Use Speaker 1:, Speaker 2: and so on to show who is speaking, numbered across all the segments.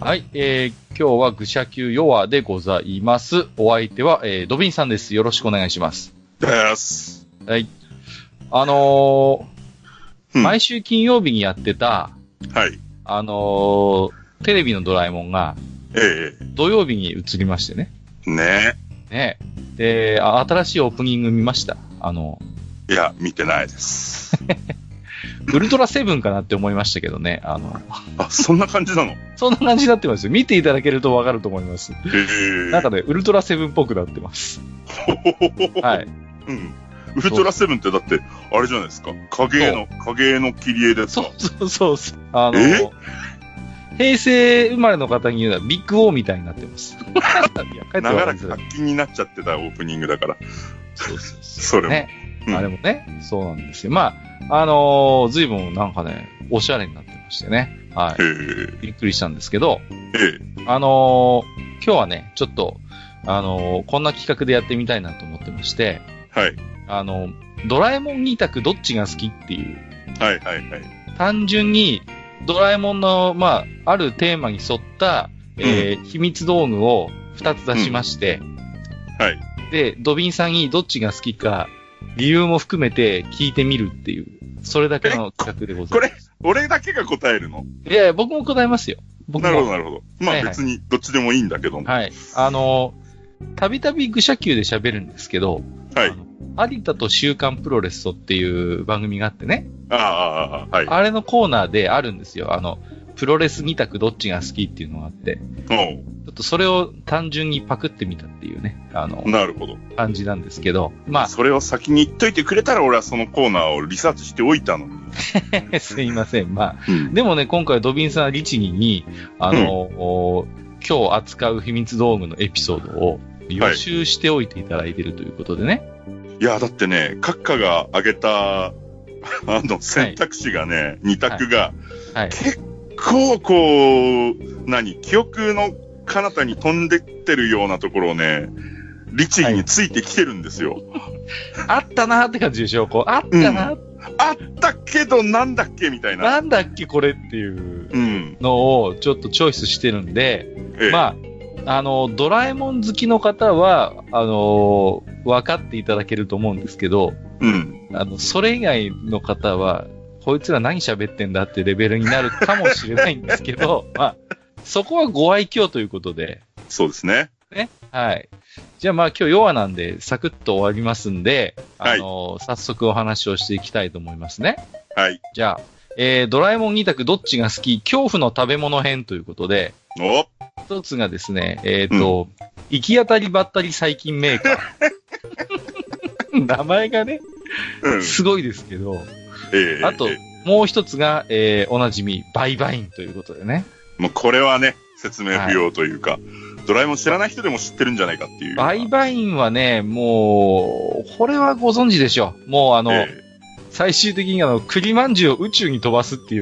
Speaker 1: はい、今日は愚者級弱でございます。お相手は、ドビンさんです。よろしくお願いします。
Speaker 2: です。
Speaker 1: はい。毎週金曜日にやってた、
Speaker 2: はい。
Speaker 1: テレビのドラえもんが、土曜日に移りましてね。
Speaker 2: ね
Speaker 1: え。で、新しいオープニング見ました。
Speaker 2: いや、見てないです。
Speaker 1: ウルトラセブンかなって思いましたけどね。
Speaker 2: そんな感じなの？
Speaker 1: そんな感じになってますよ。見ていただけるとわかると思います。なんかね、ウルトラセブンっぽくなってます。はい。
Speaker 2: うん。ウルトラセブンってだって、あれじゃないですか。影絵の切り絵ですか？
Speaker 1: そう。平成生まれの方に言うのはビッグオーみたいになってます。
Speaker 2: 長らく発禁になっちゃってたオープニングだから。
Speaker 1: そう。
Speaker 2: それも。
Speaker 1: ね。でもね、そうなんですよ。まあ、随分なんかね、おしゃれになってましてね。はい。びっくりしたんですけど、今日はね、ちょっと、こんな企画でやってみたいなと思ってまして、
Speaker 2: はい。
Speaker 1: ドラえもん2択どっちが好きっていう。
Speaker 2: はい。
Speaker 1: 単純に、ドラえもんの、まあ、あるテーマに沿った、秘密道具を2つ出しまして、
Speaker 2: はい。
Speaker 1: で、ドビンさんにどっちが好きか、理由も含めて聞いてみるっていう、それだけの企画でございます。
Speaker 2: これ、俺だけが答えるの？
Speaker 1: いや、僕も答えますよ。
Speaker 2: なるほど。まあ別にどっちでもいいんだけども。
Speaker 1: はい。たびたび愚者級で喋るんですけど、
Speaker 2: はい。
Speaker 1: 有田と週刊プロレストっていう番組があってね。
Speaker 2: はい。
Speaker 1: あれのコーナーであるんですよ。プロレス2択どっちが好きっていうのがあって。ちょっとそれを単純にパクってみたっていうね。
Speaker 2: なるほど。
Speaker 1: 感じなんですけど。まあ。
Speaker 2: それを先に言っといてくれたら俺はそのコーナーをリサーチしておいたのに。
Speaker 1: すいません。まあ。でもね、今回ドビンさん律儀に、今日扱う秘密道具のエピソードを予習しておいていただいているということでね。
Speaker 2: いや、だってね、閣下が挙げた、選択肢がね、2択が、結構記憶の彼方に飛んでってるようなところをね、律儀についてきてるんですよ。
Speaker 1: あったなーって感じでしょ？あったなー、
Speaker 2: あったけどなんだっけみたいな。
Speaker 1: なんだっけこれっていうのをちょっとチョイスしてるんで、まあ、ドラえもん好きの方は、分かっていただけると思うんですけど、それ以外の方は、こいつら何喋ってんだってレベルになるかもしれないんですけど、まあ、そこはご愛嬌ということで。
Speaker 2: そうですね。
Speaker 1: はい。じゃあまあ今日弱なんで、サクッと終わりますんで、早速お話をしていきたいと思いますね。
Speaker 2: はい。
Speaker 1: じゃあ、ドラえもん2択どっちが好き？恐怖の食べ物編ということで、一つがですね、行き当たりばったり細菌メーカー。名前がね、すごいですけど、あと、もう一つが、おなじみ、バイバインということでね。
Speaker 2: もうこれはね、説明不要というか、ドラえもん知らない人でも知ってるんじゃないかっていう。
Speaker 1: バイバインはね、もう、これはご存知でしょう。もう最終的に栗まんじゅうを宇宙に飛ばすっていう、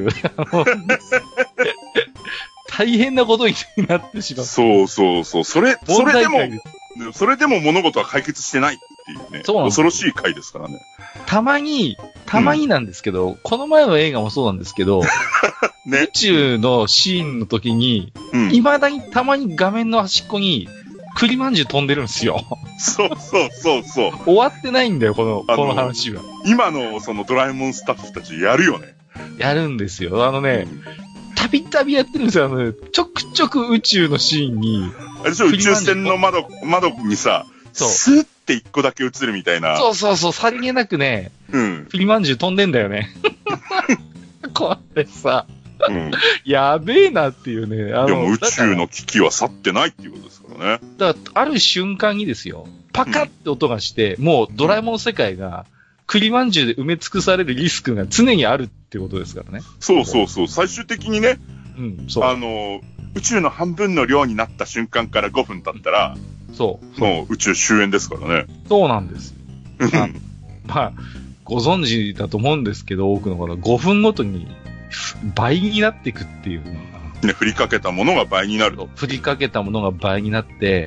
Speaker 1: 大変なことになってしまう。
Speaker 2: そう。それでも物事は解決してないっていうね。恐ろしい回ですからね。
Speaker 1: たまになんですけど、この前の映画もそうなんですけど、宇宙のシーンの時に、未だにたまに画面の端っこに、栗まんじゅう飛んでるんですよ。
Speaker 2: そう。
Speaker 1: 終わってないんだよ、この話は。
Speaker 2: 今のそのドラえもんスタッフたちやるよね。や
Speaker 1: るんですよ。たびたびやってるんですよ。ちょくちょく宇宙のシーンに。
Speaker 2: 宇宙船の窓にさ、スーって一個だけ映るみたいな。
Speaker 1: そう。さりげなくね、栗まんじゅう飛んでんだよね。これさ、やべえなっていうね。
Speaker 2: でも宇宙の危機は去ってないっていうことですからね。
Speaker 1: だから、ある瞬間にですよ、パカッって音がして、もうドラえもん世界が、栗まんじゅうで埋め尽くされるリスクが常にあるってことですからね。
Speaker 2: そう。最終的にね、宇宙の半分の量になった瞬間から5分経ったら、もう宇宙終焉ですからね。
Speaker 1: そうなんです。まあ、ご存知だと思うんですけど、多くの方、5分ごとに倍になっていくっていう。
Speaker 2: ね、振りかけたものが倍になると。
Speaker 1: 振りかけたものが倍になって、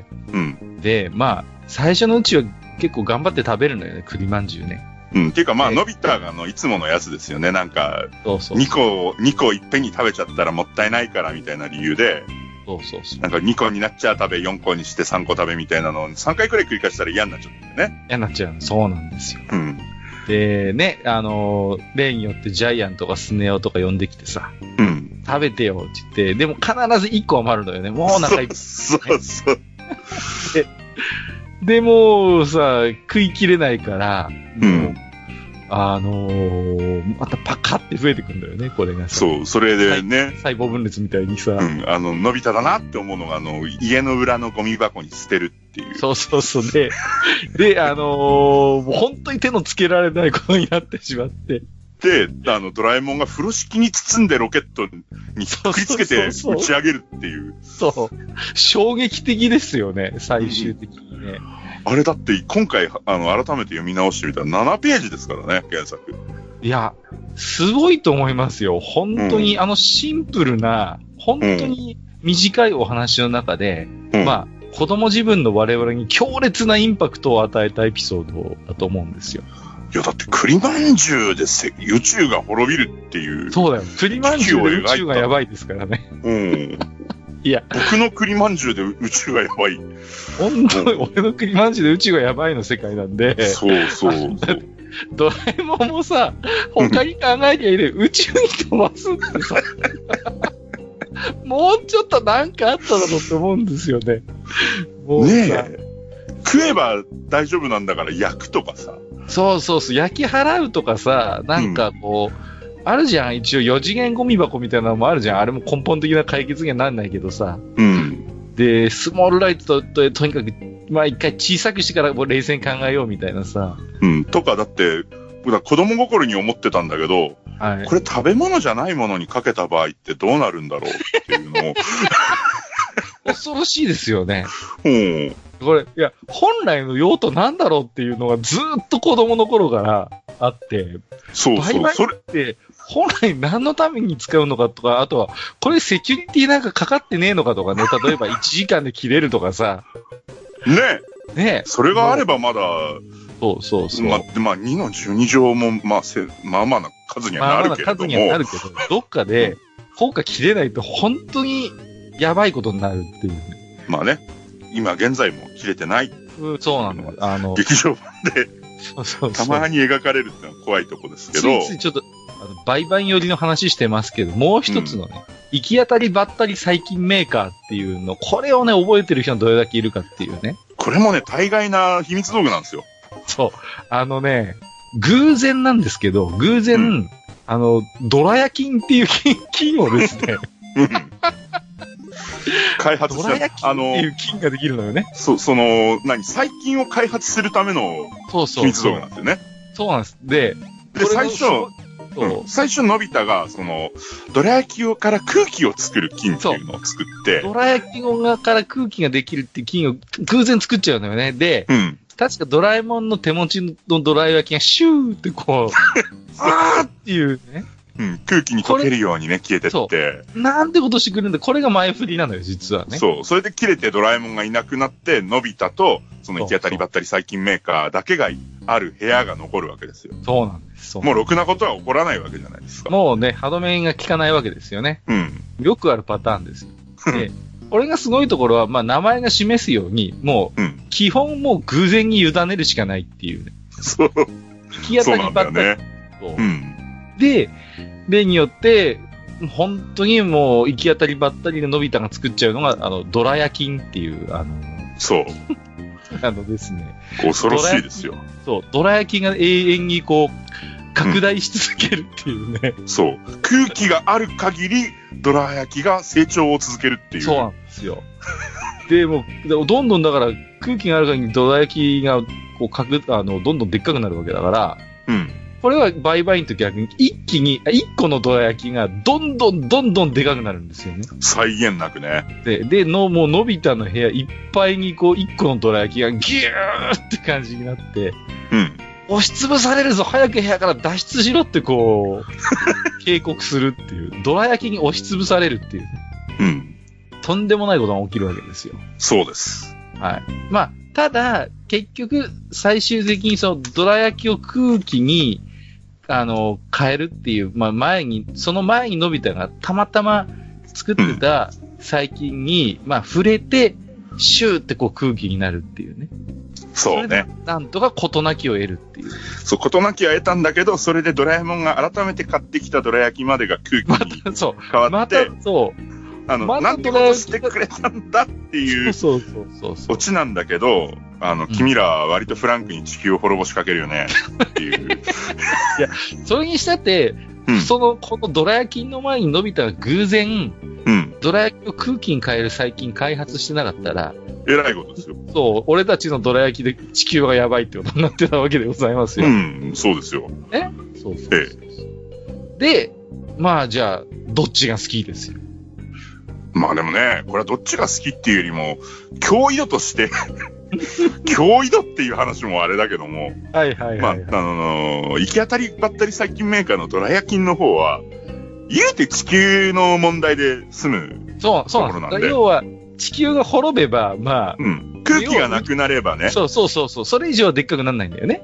Speaker 1: で、まあ、最初のうちは結構頑張って食べるのよね、栗まんじゅうね。
Speaker 2: っていうかまあ、のび太がいつものやつですよね。なんか、2個いっぺんに食べちゃったらもったいないからみたいな理由で、
Speaker 1: そうそうそう。
Speaker 2: なんか2個になっちゃう食べ、4個にして3個食べみたいなのを3回くらい繰り返したら嫌になっちゃったんだよね。
Speaker 1: 嫌になっちゃう。そうなんですよ。
Speaker 2: うん。
Speaker 1: で、ね、例によってジャイアンとかスネ夫とか呼んできてさ、
Speaker 2: うん。
Speaker 1: 食べてよって言って、でも必ず1個余るのよね。もうお腹いっぱい、ね。
Speaker 2: そうそう。
Speaker 1: で、もうさ、食い切れないから、
Speaker 2: うん。
Speaker 1: またパカって増えてくんだよね、これがさ。
Speaker 2: そう、それでね。
Speaker 1: 細胞分裂みたいにさ。
Speaker 2: うん、のび太だなって思うのが、家の裏のゴミ箱に捨てるっていう。
Speaker 1: そうそうそう。で、本当に手のつけられないことになってしまって。
Speaker 2: で、ドラえもんが風呂敷に包んでロケットにくくりつけて打ち上げるっていう。
Speaker 1: そう。衝撃的ですよね、最終的にね。
Speaker 2: あれだって今回改めて読み直してみたら7ページですからね、原作。
Speaker 1: いや、すごいと思いますよ。本当に、シンプルな、本当に短いお話の中で、まあ、子供自分の我々に強烈なインパクトを与えたエピソードだと思うんですよ。
Speaker 2: いや、だって栗まんじゅうで宇宙が滅びるっていう。
Speaker 1: そうだよ。栗まんじゅうで宇宙がやばいですからね。
Speaker 2: うん。
Speaker 1: いや。
Speaker 2: 僕の栗まんじゅうで宇宙がやばい。
Speaker 1: 本当に俺の栗まんじゅうで宇宙がやばいの世界なんで。
Speaker 2: そうそうそう。
Speaker 1: ドラえもんもさ、他に考えている宇宙に飛ばすってさ、もうちょっとなんかあっただろうと思うんですよね。もう
Speaker 2: ねえ。食えば大丈夫なんだから焼くとかさ。
Speaker 1: そうそうそう、焼き払うとかさ、なんかこう、あるじゃん、一応4次元ゴミ箱みたいなのもあるじゃん。あれも根本的な解決にはなんないけどさ。
Speaker 2: うん。
Speaker 1: で、スモールライトとにかく、まあ一回小さくしてから冷静に考えようみたいなさ。
Speaker 2: うん。とか、だって、子供心に思ってたんだけど、はい、これ食べ物じゃないものにかけた場合ってどうなるんだろうっていうのを。
Speaker 1: 恐ろしいですよね。
Speaker 2: うん。
Speaker 1: これ、いや、本来の用途なんだろうっていうのがずーっと子供の頃からあって、
Speaker 2: そうそう、
Speaker 1: 売買って本来何のために使うのかとか、あとは、これセキュリティなんかかかってねえのかとかね、例えば1時間で切れるとかさ。
Speaker 2: ねそれがあればまだ、
Speaker 1: そうそうそう。
Speaker 2: まあ、2の12乗も、まあまあな数にはなるけれども。まあまあな数にはなるけど、
Speaker 1: どっかで、効果切れないと本当にやばいことになるっていう、ね。
Speaker 2: まあね、今現在も切れてない。
Speaker 1: そうなの。
Speaker 2: 劇場版で、たまに描かれるってのは怖いとこですけど。
Speaker 1: ついちょっと、売買寄りの話してますけど、もう一つのね、行き当たりばったり細菌メーカーっていうの、これをね、覚えてる人がどれだけいるかっていうね。
Speaker 2: これもね、大概な秘密道具なんですよ。
Speaker 1: そう。偶然なんですけど、偶然、ドラヤ菌っていう菌をですね、
Speaker 2: 開発した。
Speaker 1: ドラヤ菌っていう菌ができるのよね。
Speaker 2: 細菌を開発するための秘密道具なんですよね。
Speaker 1: そうなんです。で、
Speaker 2: 最初のび太が、ドラ焼きから空気を作る菌っていうのを作って。
Speaker 1: ドラ焼きから空気ができるっていう菌を偶然作っちゃうのよね。で、確かドラえもんの手持ちのドラ焼きがシューってこう、あーっていうね。
Speaker 2: 空気に溶けるようにね、消えてって。
Speaker 1: なんてことしてくるんで、これが前振りなのよ、実はね。
Speaker 2: そう。それで切れてドラえもんがいなくなって、のび太と、行き当たりばったり細菌メーカーだけがある部屋が残るわけですよ。
Speaker 1: そうなんです。
Speaker 2: もうろくなことは起こらないわけじゃないですか。
Speaker 1: もうね、歯止めが効かないわけですよね。よくあるパターンですよ。で、これがすごいところは、まあ、名前が示すように、もう、基本もう偶然に委ねるしかないっていうね。
Speaker 2: そう。
Speaker 1: 行き当たりばったり。
Speaker 2: ね。
Speaker 1: で、例によって、本当にもう行き当たりばったりでのび太が作っちゃうのが、ドラヤ菌っていう、
Speaker 2: そう。
Speaker 1: ですね。
Speaker 2: 恐ろしいですよ。
Speaker 1: そう、ドラヤ菌が永遠にこう、拡大し続けるっていうね。
Speaker 2: そう。空気がある限り、ドラ焼きが成長を続けるっていう。
Speaker 1: そうなんですよ。で、もう、どんどんだから空気がある限りドラ焼きが、こう、どんどんでっかくなるわけだから、これは売買と逆に一気に、1個のドラ焼きがどんどんでかくなるんですよね。
Speaker 2: 際限なくね。
Speaker 1: で、もうのび太の部屋いっぱいにこう1個のドラ焼きがギューって感じになって、押しつぶされるぞ早く部屋から脱出しろってこう、警告するっていう。ドラ焼きに押しつぶされるっていうね。とんでもないことが起きるわけですよ。
Speaker 2: そうです。
Speaker 1: はい。まあ、ただ、結局、最終的にそのドラ焼きを空気に、変えるっていう、まあその前にのび太がたまたま作ってた細菌に、まあ、触れて、シューってこう空気になるっていうね。
Speaker 2: そうね。
Speaker 1: なんとか事なきを得るっていう。
Speaker 2: そう、事なきは得たんだけど、それでドラえもんが改めて買ってきたドラ焼きまでが空気に変わって、なんてことしてくれたんだっていう、オチなんだけど、君らは割とフランクに地球を滅ぼしかけるよね、っていう。い
Speaker 1: や、それにしたって、このドラ焼きの前にのび太が偶然、ドラ焼きを空気に変える細菌開発してなかったら、
Speaker 2: えらいことですよ。
Speaker 1: そう、俺たちのドラ焼きで地球がやばいってことになってたわけでございますよ。
Speaker 2: そうですよ。
Speaker 1: そう。で、まあじゃあ、どっちが好きですよ。
Speaker 2: まあでもね、これはどっちが好きっていうよりも、驚異度として、驚異度っていう話もあれだけども、まあ、行き当たりばったり細菌メーカーのドラ焼きの方は、言うて地球の問題で済むところなんで。
Speaker 1: 要は、地球が滅べば、まあ、
Speaker 2: 空気がなくなればね。
Speaker 1: そう。それ以上はでっかくならないんだよね。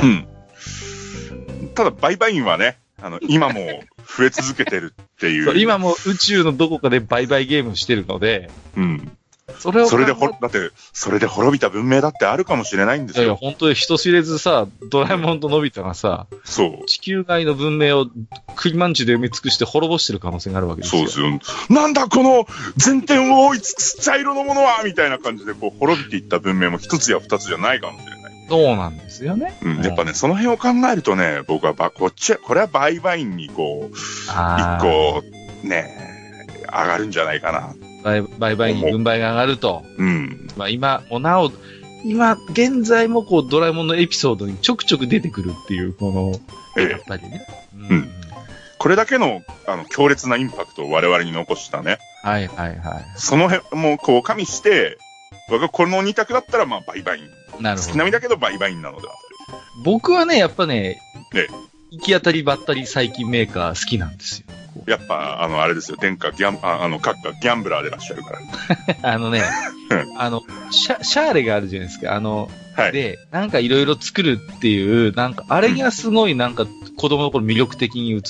Speaker 2: ただ、バイバインはね、今も増え続けてるっていう。
Speaker 1: 今も宇宙のどこかでバイバイゲームしてるので。それで
Speaker 2: 滅びた文明だってあるかもしれないんですよ。
Speaker 1: いや、本当に人知れずさ、ドラえもんとのび太がさ、地球外の文明を栗まんじゅうで埋め尽くして滅ぼしてる可能性があるわけですよ。
Speaker 2: そうですよ。なんだこの全天を覆い尽くす茶色のものはみたいな感じでこう滅びていった文明も一つや二つじゃないかもしれない。
Speaker 1: そうなんですよね。
Speaker 2: やっぱね、その辺を考えるとね、僕はこれはバイバインにこう、一個、ね、上がるんじゃないかな。
Speaker 1: バイバイに軍配が上がると。まあ今現在もこうドラえもんのエピソードにちょくちょく出てくるっていう、やっぱりね。
Speaker 2: これだけの、強烈なインパクトを我々に残したね。その辺もこう加味して、僕はこの2択だったらまあバイバイン。
Speaker 1: なるほど。
Speaker 2: 月並みだけどバイバインなのでは。
Speaker 1: 僕はね、やっぱね、行き当たりばったり細菌メーカー好きなんですよ。
Speaker 2: やっぱ、あれですよ、閣下ギャンブラーでいらっしゃるから。
Speaker 1: シャーレがあるじゃないですか。で、なんかいろいろ作るっていう、なんか、あれがすごいなんか子供の頃魅力的に映って、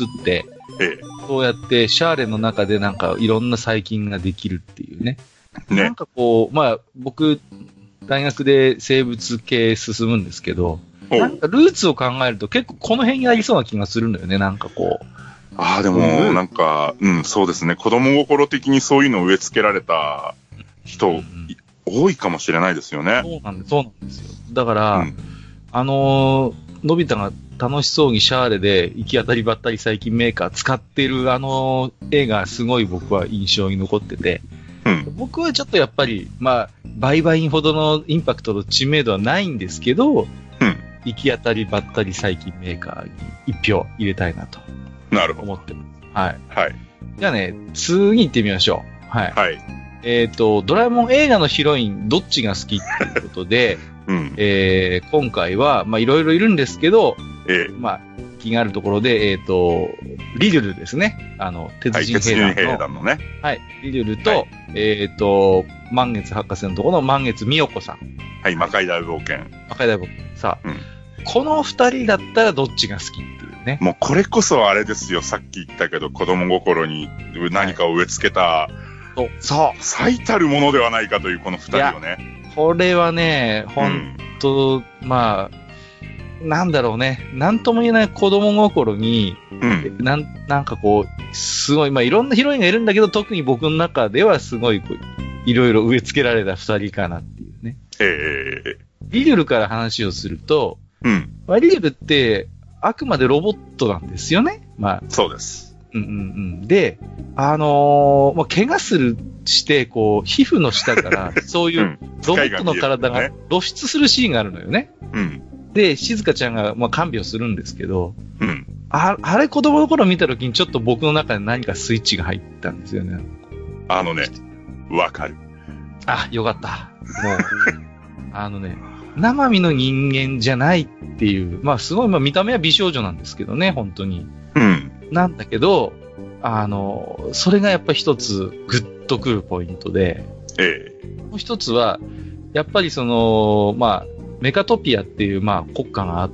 Speaker 1: こうやってシャーレの中でなんかいろんな細菌ができるっていうね。なんかこう、まあ、僕、大学で生物系進むんですけど、なんかルーツを考えると結構この辺にありそうな気がするんだよね、なんかこう。
Speaker 2: でも、なんか、そうですね。子供心的にそういうのを植え付けられた人、多いかもしれないですよね。
Speaker 1: そうなんですよ。だから、のび太が楽しそうにシャーレで行き当たりばったり細菌メーカー使ってる絵がすごい僕は印象に残ってて、僕はちょっとやっぱり、まあ、バイバインほどのインパクトと知名度はないんですけど、行き当たりばったり細菌メーカーに1票入れたいなと。
Speaker 2: なるほど。
Speaker 1: 思ってます。じゃあね、次行ってみましょう。ドラえもん映画のヒロイン、どっちが好きっていうことで、今回は、まあ、いろいろいるんですけど、まあ、気があるところで、リルルですね。鉄人兵団のね。リルルと、満月博士のところの満月美代子さん。
Speaker 2: 魔界大冒険。
Speaker 1: さあ、この二人だったらどっちが好きっていうね。
Speaker 2: もうこれこそあれですよ。さっき言ったけど、子供心に何かを植え付けた、最たるものではないかというこの二人よね。
Speaker 1: これはね、まあ、なんだろうね。なんとも言えない子供心に、なんかこう、すごい、まあいろんなヒロインがいるんだけど、特に僕の中ではすごい、いろいろ植え付けられた二人かなっていうね。リルルから話をすると、まあ、リルルって、あくまでロボットなんですよね。まあ。
Speaker 2: そうです。
Speaker 1: で、まあ、怪我して、こう、皮膚の下から、そういうロボットの体が露出するシーンがあるのよね。で、静香ちゃんが、まあ、看病するんですけど、あれ子供の頃見た時にちょっと僕の中で何かスイッチが入ったんですよね。
Speaker 2: わかる。
Speaker 1: よかった。もう、生身の人間じゃないっていう、まあすごい、まあ見た目は美少女なんですけどね、本当に。なんだけど、それがやっぱ一つグッとくるポイントで、もう一つは、やっぱりまあ、メカトピアっていう、まあ国家があって、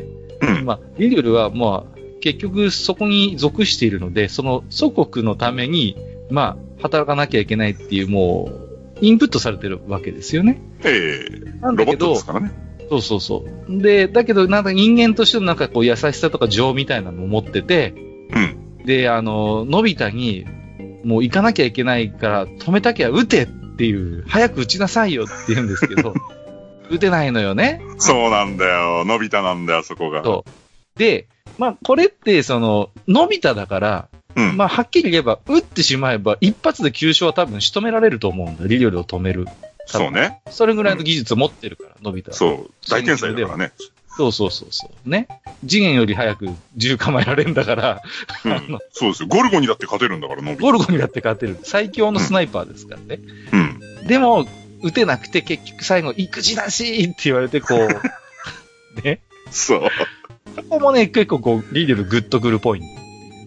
Speaker 1: まあ、リルルはまあ、結局そこに属しているので、その祖国のために、まあ、 働かなきゃいけないっていう、もう、インプットされてるわけですよね。
Speaker 2: なんだけど、ロボットですからね。
Speaker 1: そう。で、だけど、なんか人間としてのなんかこう、優しさとか情みたいなのを持ってて、で、のび太に、もう行かなきゃいけないから、止めたきゃ撃てっていう、早く撃ちなさいよって言うんですけど、撃てないのよね。
Speaker 2: そうなんだよ。のび太なんだよ、そこが。
Speaker 1: そう。で、まあ、これって、のび太だから、まあ、はっきり言えば、撃ってしまえば、一発で急所は多分仕留められると思うんだ。リリョルを止める。
Speaker 2: そうね。
Speaker 1: それぐらいの技術を持ってるから、のび太は。
Speaker 2: そう。大天才だからね。
Speaker 1: そう。ね。次元より早く銃構えられるんだから。
Speaker 2: そうですよ。ゴルゴにだって勝てるんだから、のび太。
Speaker 1: ゴルゴにだって勝てる。最強のスナイパーですからね。でも、撃てなくて結局最後、育児だしって言われて、こう。ね。
Speaker 2: そう。
Speaker 1: ここもね、結構こう、リリョルグッとくるポイント。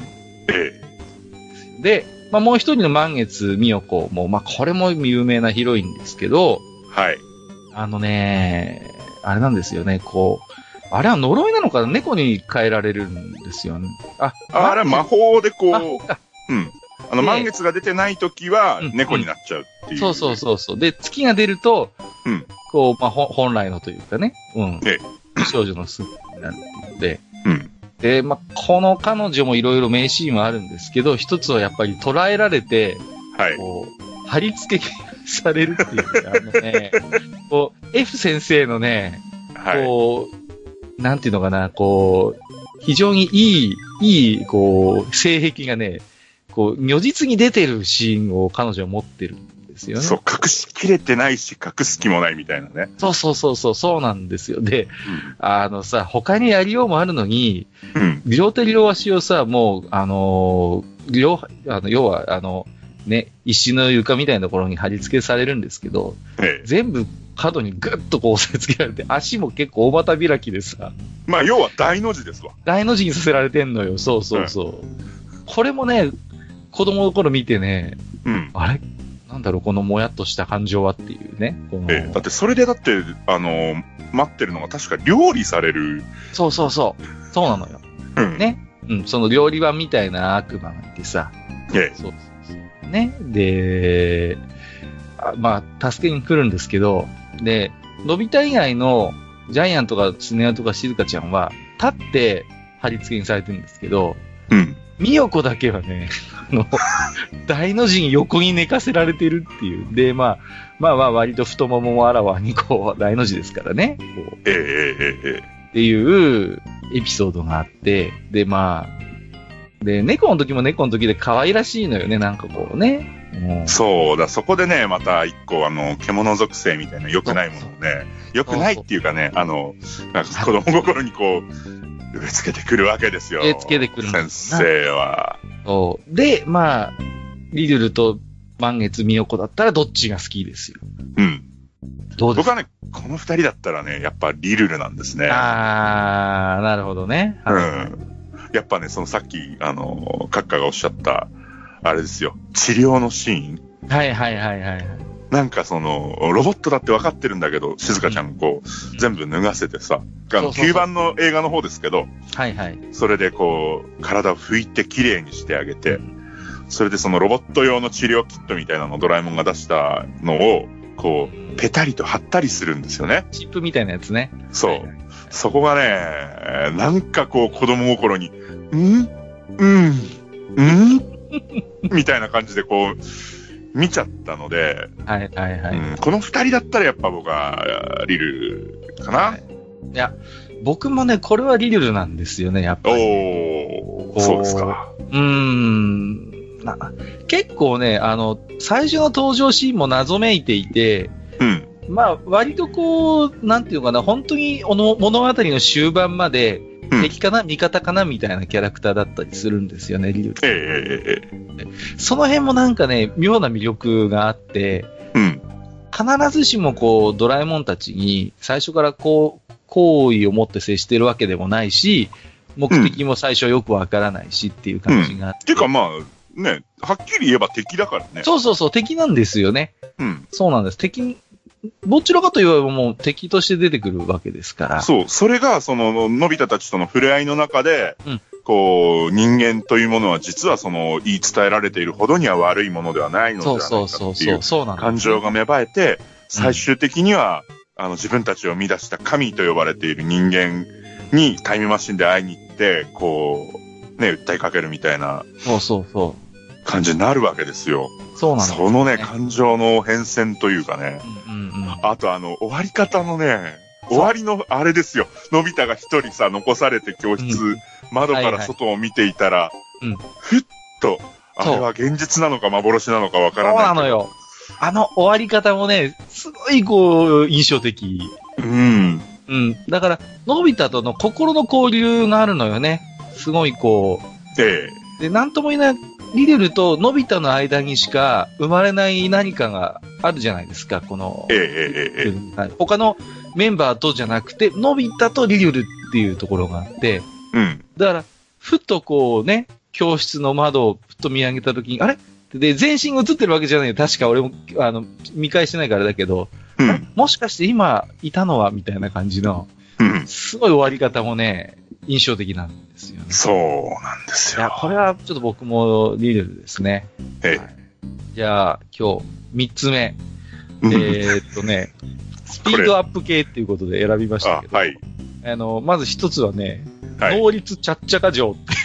Speaker 1: で、まあ、もう一人の満月美代子も、まあ、これも有名なヒロインですけど、
Speaker 2: はい。
Speaker 1: あれなんですよね、こう、あれは呪いなのかな、猫に変えられるんですよね。
Speaker 2: あれは魔法でこう、満月が出てない時は猫になっちゃうっていう。
Speaker 1: そう。で、月が出ると、こう、まあ、本来のというかね、少女の巣になるので、で、まあ、この彼女もいろいろ名シーンはあるんですけど、一つはやっぱり捉えられて、こう、貼り付けされるっていうね、こう、F 先生のね、こう、なんていうのかな、こう、非常にいい、こう、性癖がね、こう、如実に出てるシーンを彼女は持ってるんですよね。
Speaker 2: そう、隠しきれてないし、隠す気もないみたいなね。
Speaker 1: そうなんですよ。で、他にやりようもあるのに、両手両足をさ、もう、要は、ね、石の床みたいなところに貼り付けされるんですけど、全部角にグッとこう押さえつけられて、足も結構大股開きでさ。
Speaker 2: まあ、要は大の字ですわ。
Speaker 1: 大の字にさせられてんのよ。そう。これもね、子供の頃見てね、あれなんだろう、このもやっとした感情はっていうね。
Speaker 2: だってそれでだって、待ってるのが確か料理される。
Speaker 1: そうなのよ。ね。その料理版みたいな悪魔がいてさ。そう。ね。で、まあ、助けに来るんですけど、で、のび太以外のジャイアンとかスネ夫とか静香ちゃんは、立って貼り付けにされてるんですけど、美代子だけはね、大の字に横に寝かせられてるっていう。で、まあ、割と太もももあらわに、こう、大の字ですからね。っていうエピソードがあって、で、まあ、で、猫の時も猫の時で可愛らしいのよね、なんかこうね。
Speaker 2: そうだ、そこでね、また一個、獣属性みたいな良くないものをね、良くないっていうかね、なんか子供心にこう、植え付けてくるわけですよ。
Speaker 1: 植え付けてくる
Speaker 2: 先生は。
Speaker 1: そう。で、まあ、リルルと満月美代子だったらどっちが好きですよ。どうですか？
Speaker 2: 僕はね、この二人だったらね、やっぱリルルなんですね。
Speaker 1: なるほどね。
Speaker 2: やっぱね、そのさっき、閣下がおっしゃった、あれですよ、治療のシーン。
Speaker 1: はい。
Speaker 2: なんかロボットだって分かってるんだけど、静香ちゃんこう、全部脱がせてさ、9番の映画の方ですけど、それでこう、体を拭いて綺麗にしてあげて、それでそのロボット用の治療キットみたいなのをドラえもんが出したのを、こう、ペタリと貼ったりするんですよね。
Speaker 1: チップみたいなやつね。
Speaker 2: そう。そこがね、なんかこう、子供心に、みたいな感じでこう、見ちゃったので、この二人だったらやっぱ僕はリルかな。
Speaker 1: いや、僕もね、これはリルなんですよね、やっぱり。
Speaker 2: そうですか。
Speaker 1: 結構ね、最初の登場シーンも謎めいていて、まあ、割とこう、なんていうのかな、本当に物語の終盤まで、敵かな味方かなみたいなキャラクターだったりするんですよね、リルその辺もなんかね、妙な魅力があって、必ずしもこう、ドラえもんたちに最初からこう、好意を持って接してるわけでもないし、目的も最初よくわからないしっていう感じがあって。
Speaker 2: っていうかまあ、ね、はっきり言えば敵だからね。
Speaker 1: そう、敵なんですよね。そうなんです。どちらかといえばもう敵として出てくるわけですから。
Speaker 2: そう、それが、のび太たちとの触れ合いの中で、 こう、人間というものは実は言い伝えられているほどには悪いものではないのではないかっていう感情が芽生えて、最終的には、自分たちを生み出した神と呼ばれている人間にタイムマシンで会いに行って、こう、ね、訴えかけるみたいな。感じになるわけですよ。
Speaker 1: そうなんです、ね。
Speaker 2: そのね、感情の変遷というかね。あと終わり方のね、終わりのあれですよ。のび太が一人さ、残されて教室、窓から外を見ていたら、ふっと、あれは現実なのか幻なのかわからない。
Speaker 1: そうなのよ。終わり方もね、すごいこう、印象的。だから、のび太との心の交流があるのよね。すごいこう。で、なんとも言えない、リレルとのび太の間にしか生まれない何かがあるじゃないですか、この。他のメンバーとじゃなくて、のび太とリレルっていうところがあって、だから、ふっとこうね、教室の窓をふっと見上げたときに、あれで、全身が映ってるわけじゃないよ。確か俺も、見返してないからだけど、もしかして今いたのはみたいな感じの、すごい終わり方もね、印象的なんですよね。
Speaker 2: そうなんですよ。
Speaker 1: いや、これはちょっと僕もリレルですね。じゃあ、今日、3つ目。スピードアップ系っていうことで選びましたけど、まず一つはね、能率ちゃっちゃか城って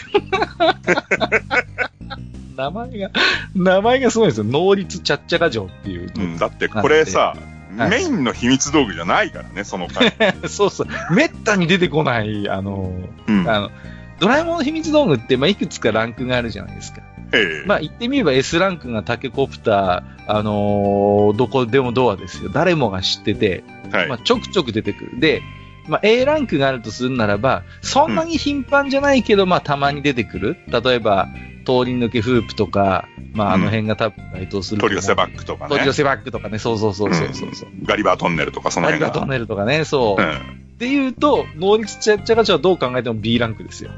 Speaker 1: 名前がすごいですよ。能率ちゃっちゃか城っていう。
Speaker 2: だってこれさ、メインの秘密道具じゃないからね、その回。
Speaker 1: そうそう。めったに出てこない、ドラえもんの秘密道具って、いくつかランクがあるじゃないですか。言ってみれば S ランクがタケコプター、どこでもドアですよ。誰もが知ってて、ちょくちょく出てくる。で、A ランクがあるとするならば、そんなに頻繁じゃないけど、たまに出てくる。例えば、通り抜けフープとか、あの辺が多分該当する。
Speaker 2: トリオセバックとかね。
Speaker 1: トリオセバックとかね、そう。
Speaker 2: ガリバートンネルとか、その辺が。
Speaker 1: ガリバートンネルとかね、そう。っていうと、能率ちゃっちゃか城はどう考えても B ランクですよ。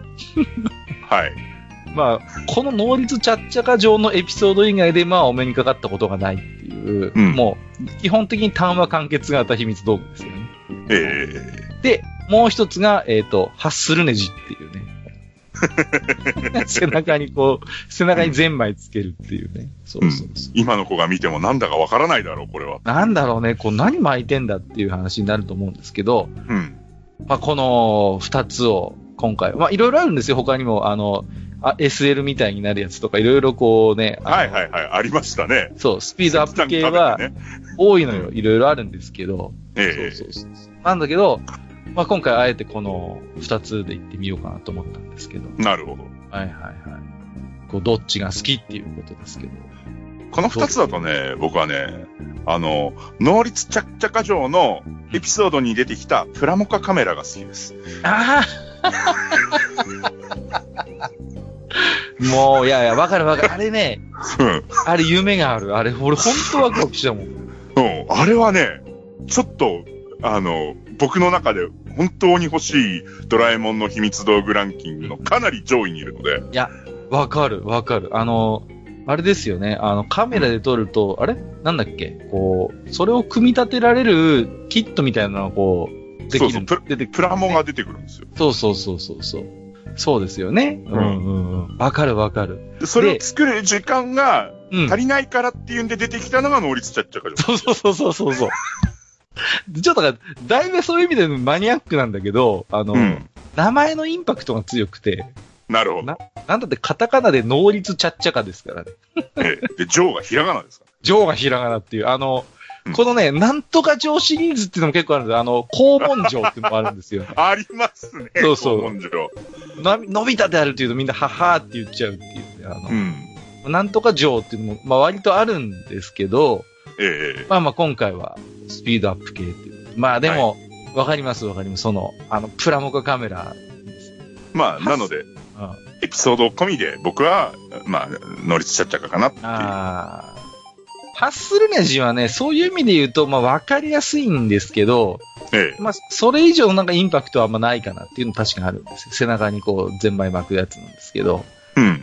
Speaker 1: この能率ちゃっちゃか城のエピソード以外で、お目にかかったことがないっていう、もう、基本的に単話完結型秘密道具ですよね。で、もう一つが、ハッスルネジっていうね。背中にゼンマイつけるっていうね。
Speaker 2: 今の子が見てもなんだかわからないだろう、これは。
Speaker 1: なんだろうね、何巻いてんだっていう話になると思うんですけど、この二つを今回、いろいろあるんですよ、他にも、SL みたいになるやつとか、いろいろこうね。
Speaker 2: ありましたね。
Speaker 1: そう、スピードアップ系は多いのよ、いろいろあるんですけど。なんだけど、今回あえてこの二つで行ってみようかなと思ったんですけど。
Speaker 2: なるほど。
Speaker 1: どっちが好きっていうことですけど。
Speaker 2: この二つだとね、僕はね、能率ちゃっちゃか城のエピソードに出てきたプラモカカメラが好きです。
Speaker 1: もう、わかる。あれね、あれ夢がある。あれ、俺ほんとワクワクしたもん。
Speaker 2: あれはね、ちょっと、僕の中で本当に欲しいドラえもんの秘密道具ランキングのかなり上位にいるので。
Speaker 1: いや、わかる。あれですよね。カメラで撮ると、あれなんだっけそれを組み立てられるキットみたいなのができる。
Speaker 2: プラモが出てくるんですよ。
Speaker 1: そうですよね。わかる。
Speaker 2: それを作る時間が足りないからっていうんで出てきたのが能率ちゃっちゃか城。
Speaker 1: そう。ちょっとだいぶそういう意味でマニアックなんだけど、名前のインパクトが強くて。
Speaker 2: なるほど。
Speaker 1: なんだってカタカナで能率ちゃっちゃかですからね。
Speaker 2: で、城がひらがなですか？
Speaker 1: 城がひらがなっていう、このね、なんとか城シリーズっていうのも結構あるんですよ。黄門城っていうのもあるんですよ。
Speaker 2: ありますね。
Speaker 1: 黄
Speaker 2: 門城。
Speaker 1: のび太であるっていうとみんなははーって言っちゃうっていう、なんとか城っていうのも、割とあるんですけど、今回はスピードアップ系っていう。でも、わかります。プラモカカメラ。
Speaker 2: なので、エピソード込みで僕は、能率ちゃっちゃかなっていう。
Speaker 1: ハッスルネジはね、そういう意味で言うと、わかりやすいんですけど、それ以上なんかインパクトはあんまないかなっていうの確かにあるんですよ。背中にゼンマイ巻くやつなんですけど。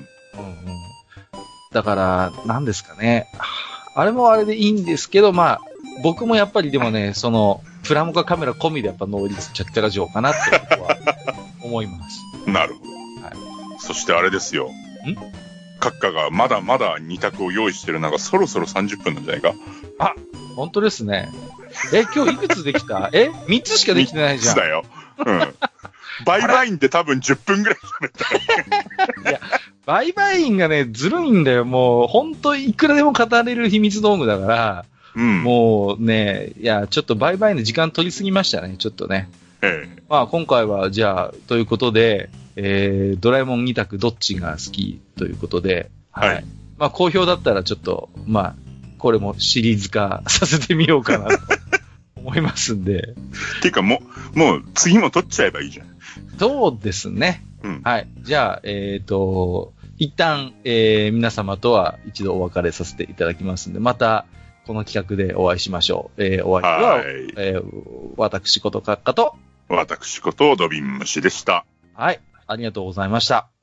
Speaker 1: だから、なんですかね。あれもあれでいいんですけど、僕もやっぱりでもね、プラモカカメラ込みでやっぱ能率ちゃっちゃか城かなって僕は思います。
Speaker 2: なるほど。 そしてあれですよ。閣下がまだまだ2択を用意してるのがそろそろ30分なんじゃないか。
Speaker 1: あ、本当ですね。今日いくつできた？3つしかできてないじゃん。
Speaker 2: 3つだよ。うん。バイバインって多分10分ぐらい喋った。
Speaker 1: いや、バイバインがね、ずるいんだよ。もう、本当いくらでも語れる秘密道具だから、もうね、いや、ちょっとバイバインの時間取りすぎましたね、ちょっとね。まあ、今回は、じゃあ、ということで、ドラえもん2択どっちが好きということで、はい。まあ、好評だったらちょっと、まあ、これもシリーズ化させてみようかなと思いますんで。
Speaker 2: っていうかもう次も撮っちゃえばいいじゃん。
Speaker 1: そうですね。はい。じゃあ、一旦、皆様とは一度お別れさせていただきますんで、また、この企画でお会いしましょう。お相手は、私こと閣下と、
Speaker 2: 私ことドビンムシでした。
Speaker 1: はい。ありがとうございました。